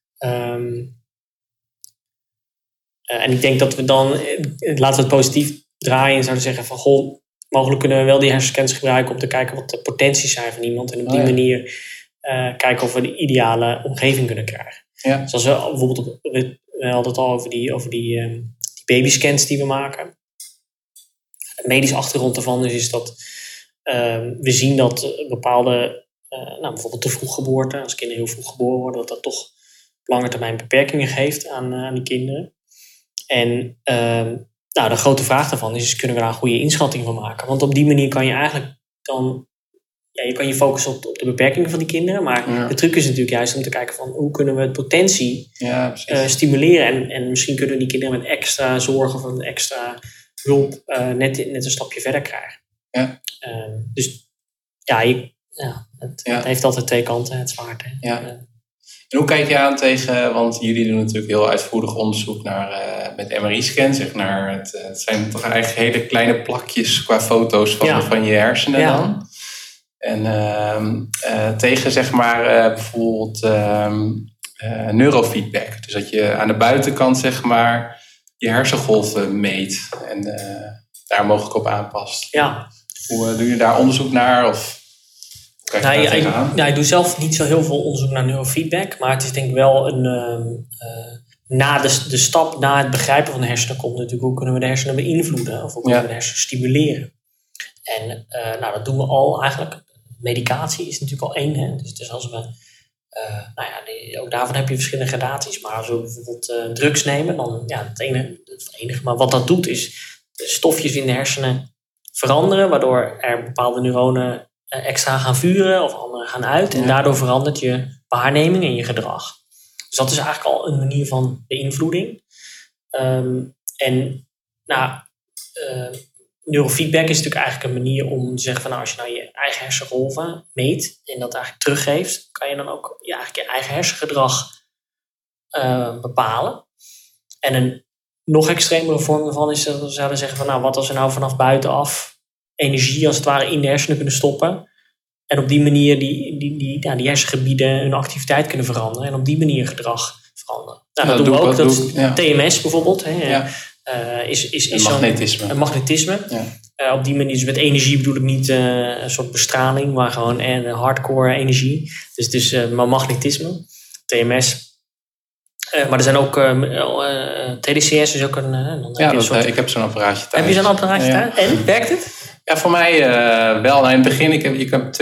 S2: En ik denk dat we dan, laten we het positief draaien en zouden zeggen van mogelijk kunnen we wel die hersenscans gebruiken om te kijken wat de potenties zijn van iemand. En op die manier kijken of we de ideale omgeving kunnen krijgen.
S1: Ja.
S2: Zoals we bijvoorbeeld, we hadden het al over die babyscans die we maken. De medische achtergrond daarvan is dat we zien dat bepaalde, bijvoorbeeld de vroeggeboorte, als kinderen heel vroeg geboren worden, dat toch op lange termijn beperkingen geeft aan die kinderen. En de grote vraag daarvan is, kunnen we daar een goede inschatting van maken? Want op die manier kan je eigenlijk je kan je focussen op de beperkingen van die kinderen. Maar de truc is natuurlijk juist om te kijken van hoe kunnen we het potentie stimuleren. En misschien kunnen we die kinderen met extra zorg of een extra hulp net een stapje verder krijgen.
S1: Ja.
S2: Het heeft altijd twee kanten, het zwaard.
S1: En hoe kijk je aan tegen, want jullie doen natuurlijk heel uitvoerig onderzoek naar met MRI-scans, het zijn toch eigenlijk hele kleine plakjes qua foto's van je hersenen dan. En tegen zeg maar bijvoorbeeld neurofeedback. Dus dat je aan de buitenkant zeg maar je hersengolven meet en daar mogelijk op aanpast.
S2: Ja. Hoe
S1: doe je daar onderzoek naar of...
S2: Ik doe zelf niet zo heel veel onderzoek naar neurofeedback, maar het is denk ik wel de stap na het begrijpen van de hersenen komt natuurlijk hoe kunnen we de hersenen beïnvloeden of hoe kunnen we de hersenen stimuleren. En dat doen we al eigenlijk. Medicatie is natuurlijk al één. Hè? Dus als we, ook daarvan heb je verschillende gradaties, maar als we bijvoorbeeld drugs nemen, dan het enige. Maar wat dat doet is de stofjes in de hersenen veranderen, waardoor er bepaalde neuronen extra gaan vuren of andere gaan uit. En daardoor verandert je waarneming en je gedrag. Dus dat is eigenlijk al een manier van beïnvloeding. Neurofeedback is natuurlijk eigenlijk een manier om te zeggen van als je nou je eigen hersengolven meet en dat eigenlijk teruggeeft, kan je dan ook je eigen hersengedrag bepalen. En een nog extremere vorm daarvan is dat we zouden zeggen van wat als we nou vanaf buitenaf energie als het ware in de hersenen kunnen stoppen. En op die manier die hersengebieden hun activiteit kunnen veranderen. En op die manier gedrag veranderen. Dat doen we ook. TMS bijvoorbeeld. Is
S1: magnetisme.
S2: Een magnetisme. Ja. Op die manier, dus met energie bedoel ik niet een soort bestraling. Maar gewoon hardcore energie. Dus magnetisme. TMS. Maar er zijn ook TDCS is ook een...
S1: ik heb zo'n apparaatje thuis.
S2: Heb je zo'n apparaatje thuis? En, werkt het?
S1: Ja, voor mij wel. In het begin, ik heb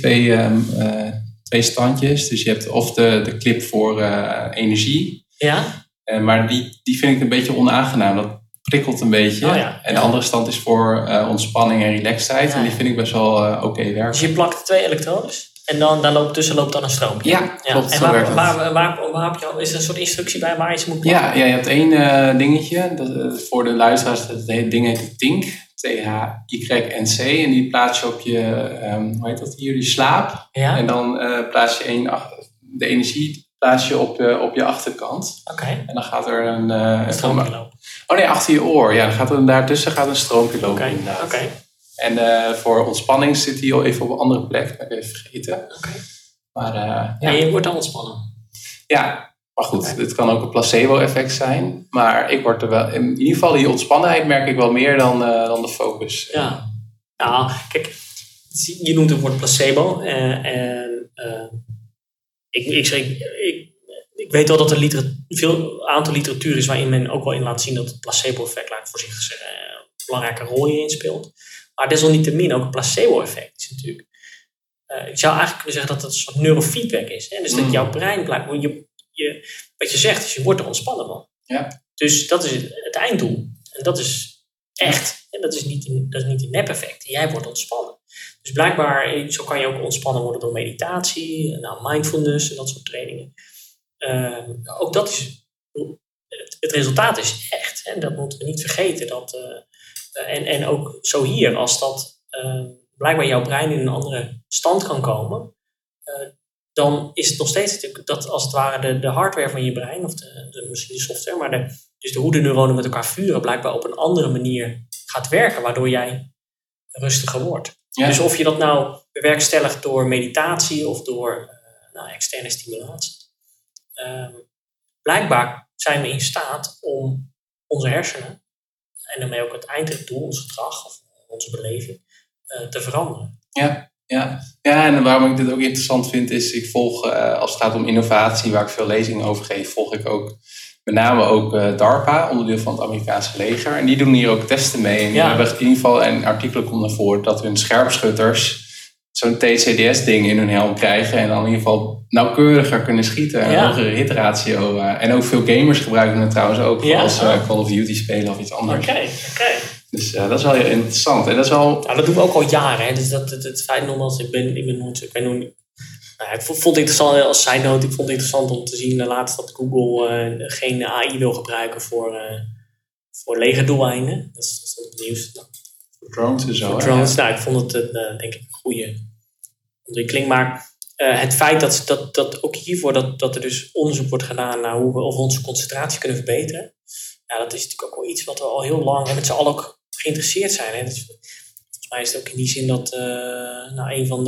S1: twee standjes. Dus je hebt of de clip voor energie.
S2: Ja.
S1: Maar die vind ik een beetje onaangenaam. Dat prikkelt een beetje. En de andere stand is voor ontspanning en relaxedheid. Ja. En die vind ik best wel oké werken.
S2: Dus je plakt 2 elektrodes? En dan loopt dan een stroompje?
S1: Ja, klopt.
S2: En waar heb je, is er een soort instructie bij waar je ze moet plakken?
S1: Ja, je hebt 1 dingetje. Voor de luisteraars, dat ding heet Tink. THYNC. En die plaats je op je slaap. Ja. En dan plaats je de energie plaats je op je achterkant.
S2: Okay.
S1: En dan gaat er een
S2: stroompje lopen.
S1: Oh nee, achter je oor. Ja, daartussen gaat een stroompje lopen inderdaad.
S2: Okay.
S1: En voor ontspanning zit hij al even op een andere plek. Dat heb ik even vergeten.
S2: Okay.
S1: Maar,
S2: en je wordt dan ontspannen?
S1: Ja, maar goed. Het kan ook een placebo-effect zijn. Maar ik word er wel... In ieder geval die ontspannenheid merk ik wel meer dan de focus.
S2: Ja. Nou, kijk. Je noemt het woord placebo. ik weet wel dat er veel aantal literatuur is waarin men ook wel in laat zien dat het placebo-effect, laat ik voorzichtig zeggen, een belangrijke rol hierin speelt. Maar desalniettemin ook een placebo-effect is natuurlijk. Ik zou eigenlijk kunnen zeggen dat het een soort neurofeedback is. Hè? Dus dat jouw brein blijkt, wat je zegt, is je wordt er ontspannen van.
S1: Ja.
S2: Dus dat is het einddoel. En dat is echt. En dat is niet een nep-effect. Jij wordt ontspannen. Dus blijkbaar, zo kan je ook ontspannen worden door meditatie, mindfulness en dat soort trainingen. Ook dat is. Het resultaat is echt. En dat moeten we niet vergeten. En ook zo hier, als dat blijkbaar jouw brein in een andere stand kan komen, dan is het nog steeds natuurlijk dat als het ware de hardware van je brein, of misschien de software, maar dus hoe de neuronen met elkaar vuren, blijkbaar op een andere manier gaat werken, waardoor jij rustiger wordt. Ja. Dus of je dat nou bewerkstelligt door meditatie of door externe stimulatie. Blijkbaar zijn we in staat om onze hersenen, en daarmee ook het einddoel, ons gedrag of onze beleving, te veranderen.
S1: Ja, en waarom ik dit ook interessant vind is, ik volg, als het gaat om innovatie, waar ik veel lezingen over geef, volg ik ook met name ook DARPA, onderdeel van het Amerikaanse leger. En die doen hier ook testen mee. En die hebben in ieder geval een artikel komt naar voren dat hun scherpschutters zo'n TCDS-ding in hun helm krijgen en dan in ieder geval nauwkeuriger kunnen schieten. Een hogere hitratio. En ook veel gamers gebruiken het trouwens ook als Call of Duty spelen of iets anders.
S2: Oké.
S1: Dus dat is wel heel interessant. En dat is wel...
S2: dat doen we ook al jaren. Hè. Dus het feit nogmaals, ik vond het interessant als side note. Ik vond het interessant om te zien laatst dat Google geen AI wil gebruiken voor legerdoeleinden. Dat is het nieuws.
S1: Voor drones en zo.
S2: Voor drones. Ik vond het denk ik een goede ontwikkeling. Maar het feit dat ook hiervoor dat er dus onderzoek wordt gedaan naar hoe we onze concentratie kunnen verbeteren. Dat is natuurlijk ook wel iets wat we al heel lang en met z'n allen ook geïnteresseerd zijn. Hè. Volgens mij is het ook in die zin dat een van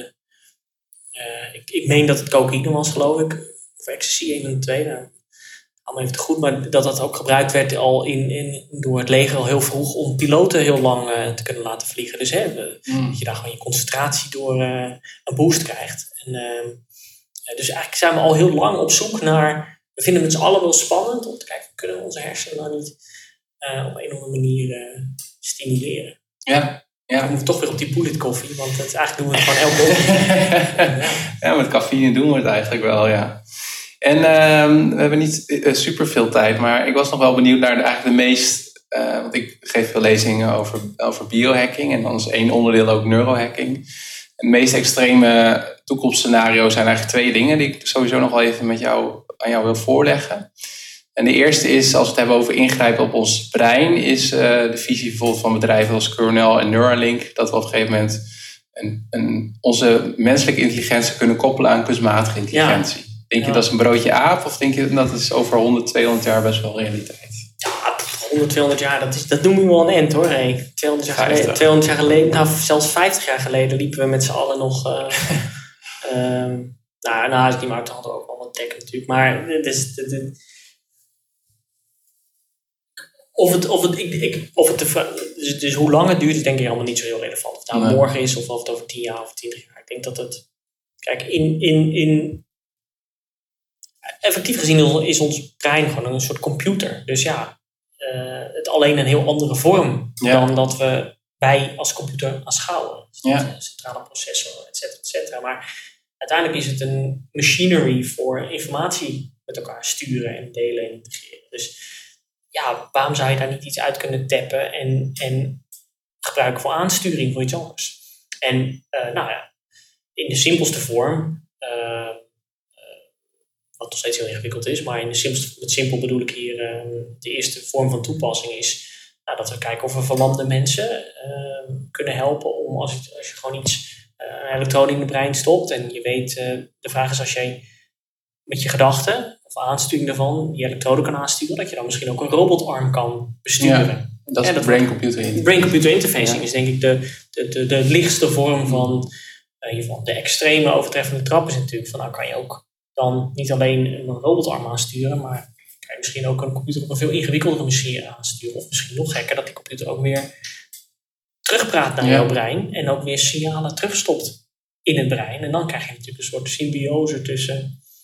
S2: ik meen dat het cocaïne was, geloof ik. Of ecstasy, een van de twee. Allemaal even te goed. Maar dat ook gebruikt werd al door het leger al heel vroeg om piloten heel lang te kunnen laten vliegen. Dus dat je daar gewoon je concentratie door een boost krijgt. Dus eigenlijk zijn we al heel lang op zoek naar... We vinden het met z'n allen wel spannend om te kijken, kunnen we onze hersenen nou niet op een of andere manier stimuleren.
S1: Ja.
S2: We moeten toch weer op die bullet koffie, want eigenlijk doen we het gewoon elke ochtend.
S1: Ja, met cafeïne doen we het eigenlijk wel, ja. En we hebben niet super veel tijd, maar ik was nog wel benieuwd naar eigenlijk de meest... want ik geef veel lezingen over biohacking en dan is één onderdeel ook neurohacking. De meest extreme toekomstscenario's zijn eigenlijk twee dingen die ik sowieso nog wel even aan jou wil voorleggen. En de eerste is, als we het hebben over ingrijpen op ons brein, is de visie bijvoorbeeld van bedrijven als Cornell en Neuralink, dat we op een gegeven moment onze menselijke intelligentie kunnen koppelen aan kunstmatige intelligentie. Denk je dat is een broodje aap of denk je dat is over 100, 200 jaar best wel realiteit?
S2: Ja, 100, 200 jaar, dat noemen we wel een end hoor. Hey. 200 jaar geleden, zelfs 50 jaar geleden liepen we met z'n allen nog... is niet meer uit de hand, ook wel wat tech natuurlijk. Maar dus hoe lang het duurt is denk ik allemaal niet zo heel relevant. Of het nou morgen is of het over 10 jaar of 20 jaar. Ik denk dat het... Kijk, effectief gezien is ons brein gewoon een soort computer. Dus het alleen een heel andere vorm dan dat wij als computer aanschouwen. Dus een centrale processor, et cetera, et cetera. Maar uiteindelijk is het een machinery voor informatie met elkaar sturen en delen en integreren. Dus waarom zou je daar niet iets uit kunnen tappen en gebruiken voor aansturing voor iets anders? En in de simpelste vorm, wat nog steeds heel ingewikkeld is, maar met simpel bedoel ik hier de eerste vorm van toepassing is dat we kijken of we verlamde mensen kunnen helpen om als je gewoon een elektrode in het brein stopt en je weet, de vraag is als jij met je gedachten of aansturing daarvan die elektrode kan aansturen, dat je dan misschien ook een robotarm kan besturen.
S1: Ja, dat is de brain-computer interface.
S2: Brain-computer interfacing is denk ik de lichtste vorm van de extreme overtreffende trap is natuurlijk van kan je ook dan niet alleen een robotarm aansturen, maar kan je misschien ook een computer op een veel ingewikkeldere manier aansturen. Of misschien nog gekker, dat die computer ook weer terugpraat naar jouw brein en ook weer signalen terugstopt in het brein. En dan krijg je natuurlijk een soort symbiose tussen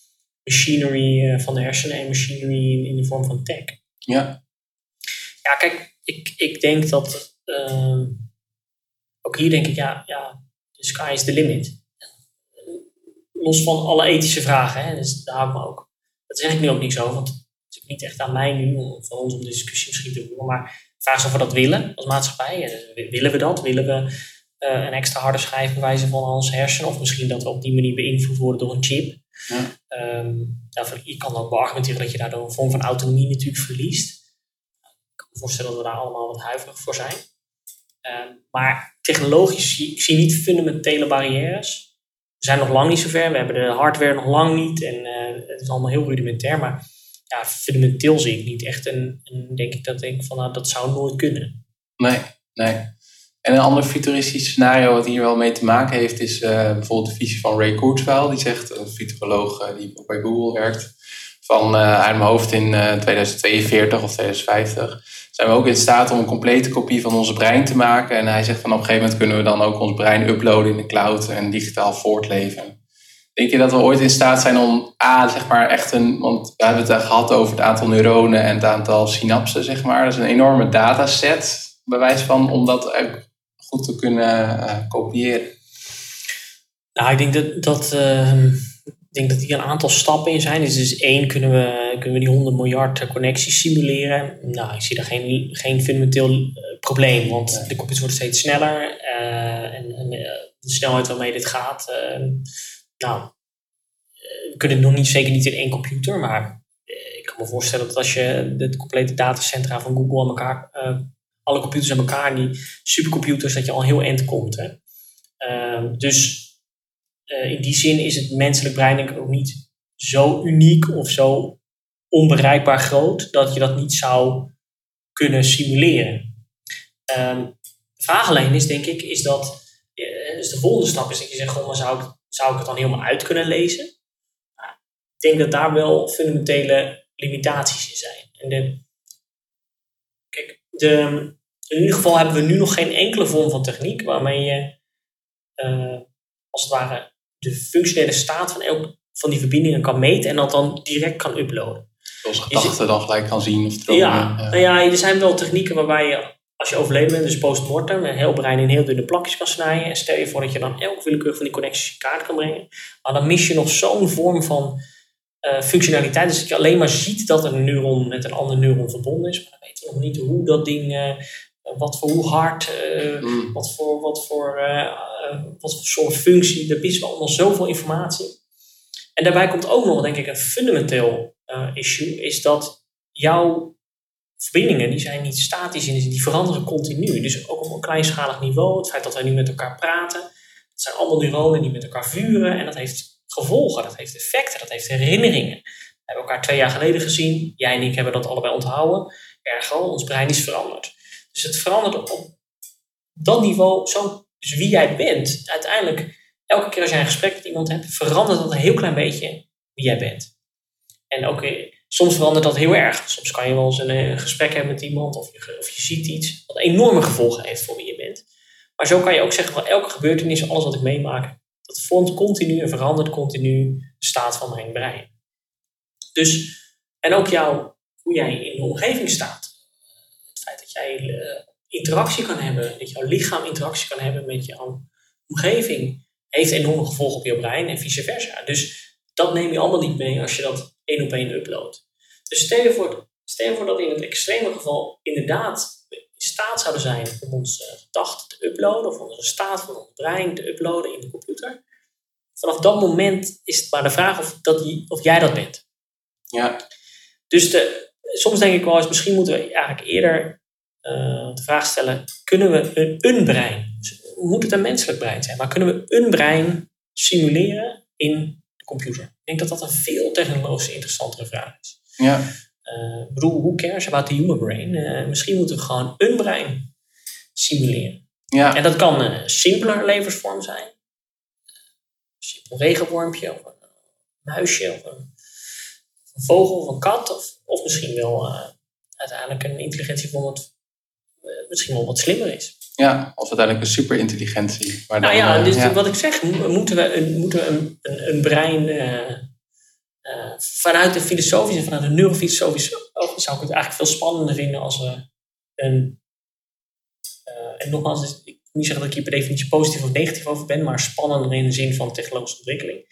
S2: machinery van de hersenen en machinery in de vorm van tech.
S1: Ja.
S2: Ja, kijk, ik denk dat... ook hier denk ik, the sky is the limit. Los van alle ethische vragen, hè, dus daar hou ik me ook. Dat zeg ik nu ook niet zo, want het is niet echt aan mij nu, van ons om de discussie misschien te voeren. Maar de vraag is of we dat willen als maatschappij. Willen we dat? Willen we een extra harde schijf bewijzen van onze hersenen? Of misschien dat we op die manier beïnvloed worden door een chip?
S1: Ja.
S2: Je kan ook wel argumenteren dat je daardoor een vorm van autonomie natuurlijk verliest. Ik kan me voorstellen dat we daar allemaal wat huiverig voor zijn. Maar technologisch ik zie niet fundamentele barrières. We zijn nog lang niet zover. We hebben de hardware nog lang niet. En het is allemaal heel rudimentair. Maar fundamenteel zie ik niet echt. Denk ik van dat zou nooit kunnen.
S1: Nee. En een ander futuristisch scenario wat hier wel mee te maken heeft... is bijvoorbeeld de visie van Ray Kurzweil. Die zegt, een futuroloog die ook bij Google werkt... uit mijn hoofd in 2042 of 2050... zijn we ook in staat om een complete kopie van onze brein te maken. En hij zegt van op een gegeven moment kunnen we dan ook ons brein uploaden in de cloud en digitaal voortleven. Denk je dat we ooit in staat zijn om want we hebben het gehad over het aantal neuronen en het aantal synapsen, zeg maar. Dat is een enorme dataset, bij wijze van, om dat goed te kunnen kopiëren.
S2: Nou, ik denk dat hier een aantal stappen in zijn. Dus 1, kunnen we die 100 miljard connecties simuleren. Nou, ik zie daar geen fundamenteel probleem. Want de computers worden steeds sneller. En de snelheid waarmee dit gaat. We kunnen het zeker niet in 1 computer. Maar ik kan me voorstellen dat als je de complete datacentra van Google aan elkaar... alle computers aan elkaar, die supercomputers, dat je al heel eind komt. Hè? In die zin is het menselijk brein denk ik ook niet zo uniek of zo onbereikbaar groot dat je dat niet zou kunnen simuleren. De vraag alleen is, denk ik, is dat dus de volgende stap is dat je zegt, maar zou ik het dan helemaal uit kunnen lezen? Ik denk dat daar wel fundamentele limitaties in zijn. In ieder geval hebben we nu nog geen enkele vorm van techniek waarmee je als het ware de functionele staat van elk van die verbindingen kan meten en dat dan direct kan uploaden.
S1: Zoals gedachten dan gelijk kan zien of dromen.
S2: Er zijn wel technieken waarbij je, als je overleden bent, dus postmortem, een heel brein in heel dunne plakjes kan snijden. En stel je voor dat je dan elk willekeurig van die connecties in kaart kan brengen. Maar dan mis je nog zo'n vorm van functionaliteit. Dus dat je alleen maar ziet dat een neuron met een ander neuron verbonden is. Maar dan weten we nog niet hoe dat ding... hoe hard, wat voor soort functie. Daar missen we allemaal zoveel informatie. En daarbij komt ook nog, denk ik, een fundamenteel issue. Is dat jouw verbindingen, die zijn niet statisch, die veranderen continu. Dus ook op een kleinschalig niveau. Het feit dat wij nu met elkaar praten. Het zijn allemaal neuronen die met elkaar vuren. En dat heeft gevolgen, dat heeft effecten, dat heeft herinneringen. We hebben elkaar 2 jaar geleden gezien. Jij en ik hebben dat allebei onthouden. Ergo, ons brein is veranderd. Dus het verandert op dat niveau zo. Dus wie jij bent, uiteindelijk, elke keer als jij een gesprek met iemand hebt, verandert dat een heel klein beetje wie jij bent. En ook soms verandert dat heel erg. Soms kan je wel eens een gesprek hebben met iemand of je ziet iets wat enorme gevolgen heeft voor wie je bent. Maar zo kan je ook zeggen van elke gebeurtenis, alles wat ik meemaak, dat vormt continu en verandert continu de staat van mijn brein. Dus, en ook hoe jij in de omgeving staat. Het feit dat jij interactie kan hebben, dat jouw lichaam interactie kan hebben met jouw omgeving, heeft enorme gevolgen op je brein en vice versa. Dus dat neem je allemaal niet mee als je dat 1 op 1 uploadt. Dus stel je voor dat in het extreme geval inderdaad in staat zouden zijn om onze gedachten te uploaden, of onze staat van ons brein te uploaden in de computer. Vanaf dat moment is het maar de vraag of jij dat bent.
S1: Ja.
S2: Dus soms denk ik wel eens, misschien moeten we eigenlijk eerder de vraag stellen, kunnen we een brein, dus moet het een menselijk brein zijn, maar kunnen we een brein simuleren in de computer? Ik denk dat dat een veel technologisch interessantere vraag is.
S1: Ja.
S2: Ik bedoel, who cares about the human brain? Misschien moeten we gewoon een brein simuleren.
S1: Ja.
S2: En dat kan een simpeler levensvorm zijn. Een simpel regenwormpje, of een muisje, of een vogel, of een kat. Of misschien wel uiteindelijk een intelligentievorm wat misschien wel wat slimmer is.
S1: Ja, of uiteindelijk een superintelligentie.
S2: Dus wat ik zeg, moeten we een brein vanuit de filosofische, vanuit de neurofilosofische oog zou ik het eigenlijk veel spannender vinden als we en nogmaals, ik moet niet zeggen dat ik hier per definitie positief of negatief over ben, maar spannender in de zin van technologische ontwikkeling,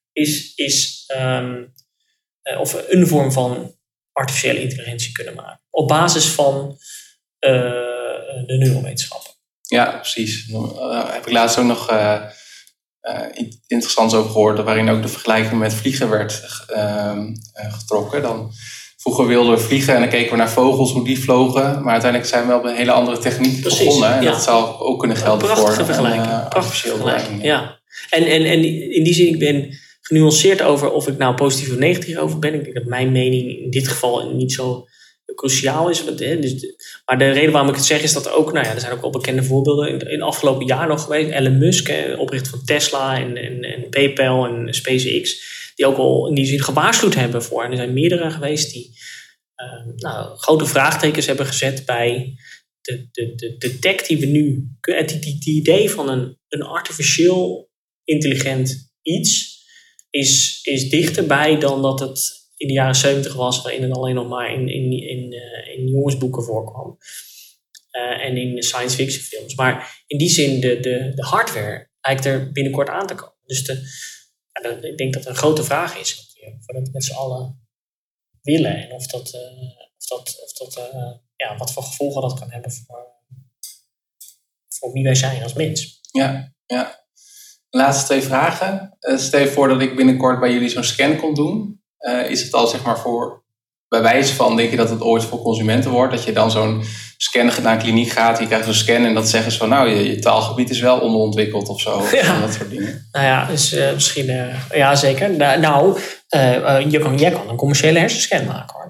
S2: of een vorm van artificiële intelligentie kunnen maken. Op basis van de neurowetenschappen.
S1: Ja, precies. Daar heb ik laatst ook nog iets interessants over gehoord, waarin ook de vergelijking met vliegen werd getrokken. Vroeger wilden we vliegen en dan keken we naar vogels, hoe die vlogen. Maar uiteindelijk zijn we op een hele andere techniek begonnen. En dat zou ook kunnen gelden voor
S2: artificiële vergelijking. Ja. En in die zin, ik ben genuanceerd over of ik nou positief of negatief over ben. Ik denk dat mijn mening in dit geval niet zo cruciaal is. Maar de reden waarom ik het zeg is dat er zijn ook wel bekende voorbeelden in het afgelopen jaar nog geweest. Elon Musk, oprichter van Tesla en PayPal en SpaceX, die ook al in die zin gewaarschuwd hebben voor. En er zijn meerdere geweest die grote vraagtekens hebben gezet bij de tech die we nu... Het idee van een artificieel intelligent iets is dichterbij dan dat het in de jaren 70 was, waarin het alleen nog maar in jongensboeken voorkwam. En in science fiction films. Maar in die zin, de hardware lijkt er binnenkort aan te komen. Dus ik denk dat er een grote vraag is. Of we dat met z'n allen willen. En wat voor gevolgen dat kan hebben voor wie wij zijn als mens.
S1: Ja. Laatste 2 vragen. Stel je voor dat ik binnenkort bij jullie zo'n scan kon doen. Is het al zeg maar bij wijze van, denk je dat het ooit voor consumenten wordt? Dat je dan zo'n scan naar een kliniek gaat, je krijgt zo'n scan en dat zeggen ze van je taalgebied is wel onderontwikkeld of zo.
S2: Ja.
S1: Dat soort dingen.
S2: Nou ja, dus misschien... ja, zeker. Je kan een commerciële hersenscan maken, hoor.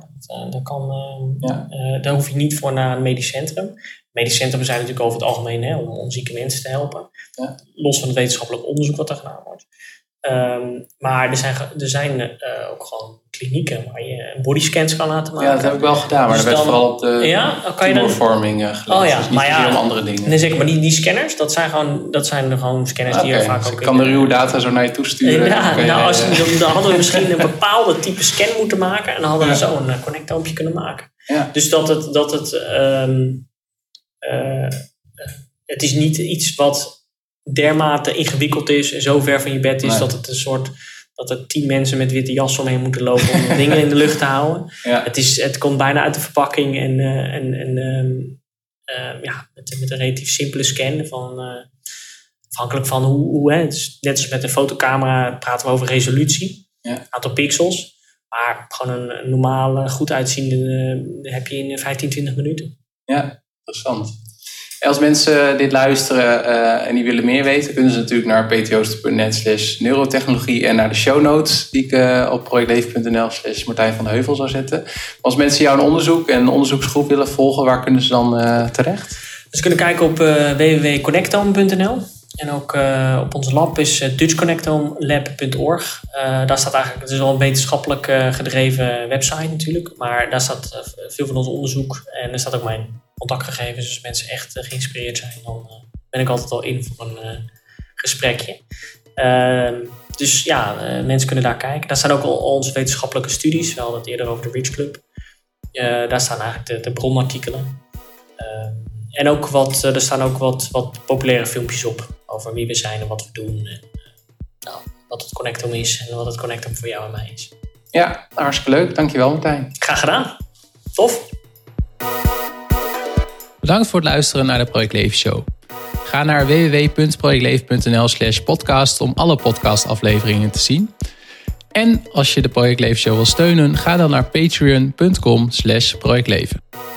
S2: Daar hoef je niet voor naar een medisch centrum. Medisch centrum zijn natuurlijk over het algemeen om zieke mensen te helpen. Ja. Los van het wetenschappelijk onderzoek wat er gedaan wordt. Maar er zijn ook gewoon klinieken waar je bodyscans kan laten maken.
S1: Ja, dat heb ik wel gedaan, maar dat werd vooral op de tumorvorming geleid. Dus niet om andere dingen.
S2: Nee, zeker, maar die scanners, dat zijn gewoon scanners die je vaak
S1: dus
S2: ook...
S1: ik kan de ruwe data zo naar je toesturen.
S2: Dan hadden we misschien een bepaalde type scan moeten maken en dan hadden we zo een connectoompje kunnen maken. Ja. Dus het is niet iets wat dermate ingewikkeld is en zo ver van je bed is dat er 10 mensen met witte jas omheen moeten lopen om dingen in de lucht te houden. Ja. Het komt bijna uit de verpakking met een relatief simpele scan afhankelijk van hoe dus net als met een fotocamera praten we over resolutie, aantal pixels, maar gewoon een normale goed uitziende heb je in 15-20 minuten.
S1: Ja, interessant. Als mensen dit luisteren en die willen meer weten, kunnen ze natuurlijk naar ptjoosten.net/neurotechnologie en naar de show notes die ik op projectleven.nl/Martijn van de Heuvel zou zetten. Als mensen jouw onderzoek en onderzoeksgroep willen volgen, waar kunnen ze dan terecht?
S2: Ze kunnen kijken op www.connectome.nl en ook op ons lab is dutchconnectomelab.org. Daar staat eigenlijk, het is wel een wetenschappelijk gedreven website natuurlijk, maar daar staat veel van ons onderzoek en er staat ook mijn contactgegevens. Dus als mensen echt geïnspireerd zijn, dan ben ik altijd al in voor een gesprekje. Dus mensen kunnen daar kijken. Daar staan ook al onze wetenschappelijke studies. We hadden het eerder over de Rich Club. Daar staan eigenlijk de bronartikelen. En ook er staan ook wat populaire filmpjes op over wie we zijn en wat we doen. En, wat het Connectome is en wat het Connectome voor jou en mij is.
S1: Ja, hartstikke leuk. Dankjewel, Martijn.
S2: Graag gedaan. Tof.
S1: Bedankt voor het luisteren naar de Project Leven Show. Ga naar www.projectleven.nl/podcast om alle podcastafleveringen te zien. En als je de Project Leven Show wil steunen, ga dan naar patreon.com/projectleven.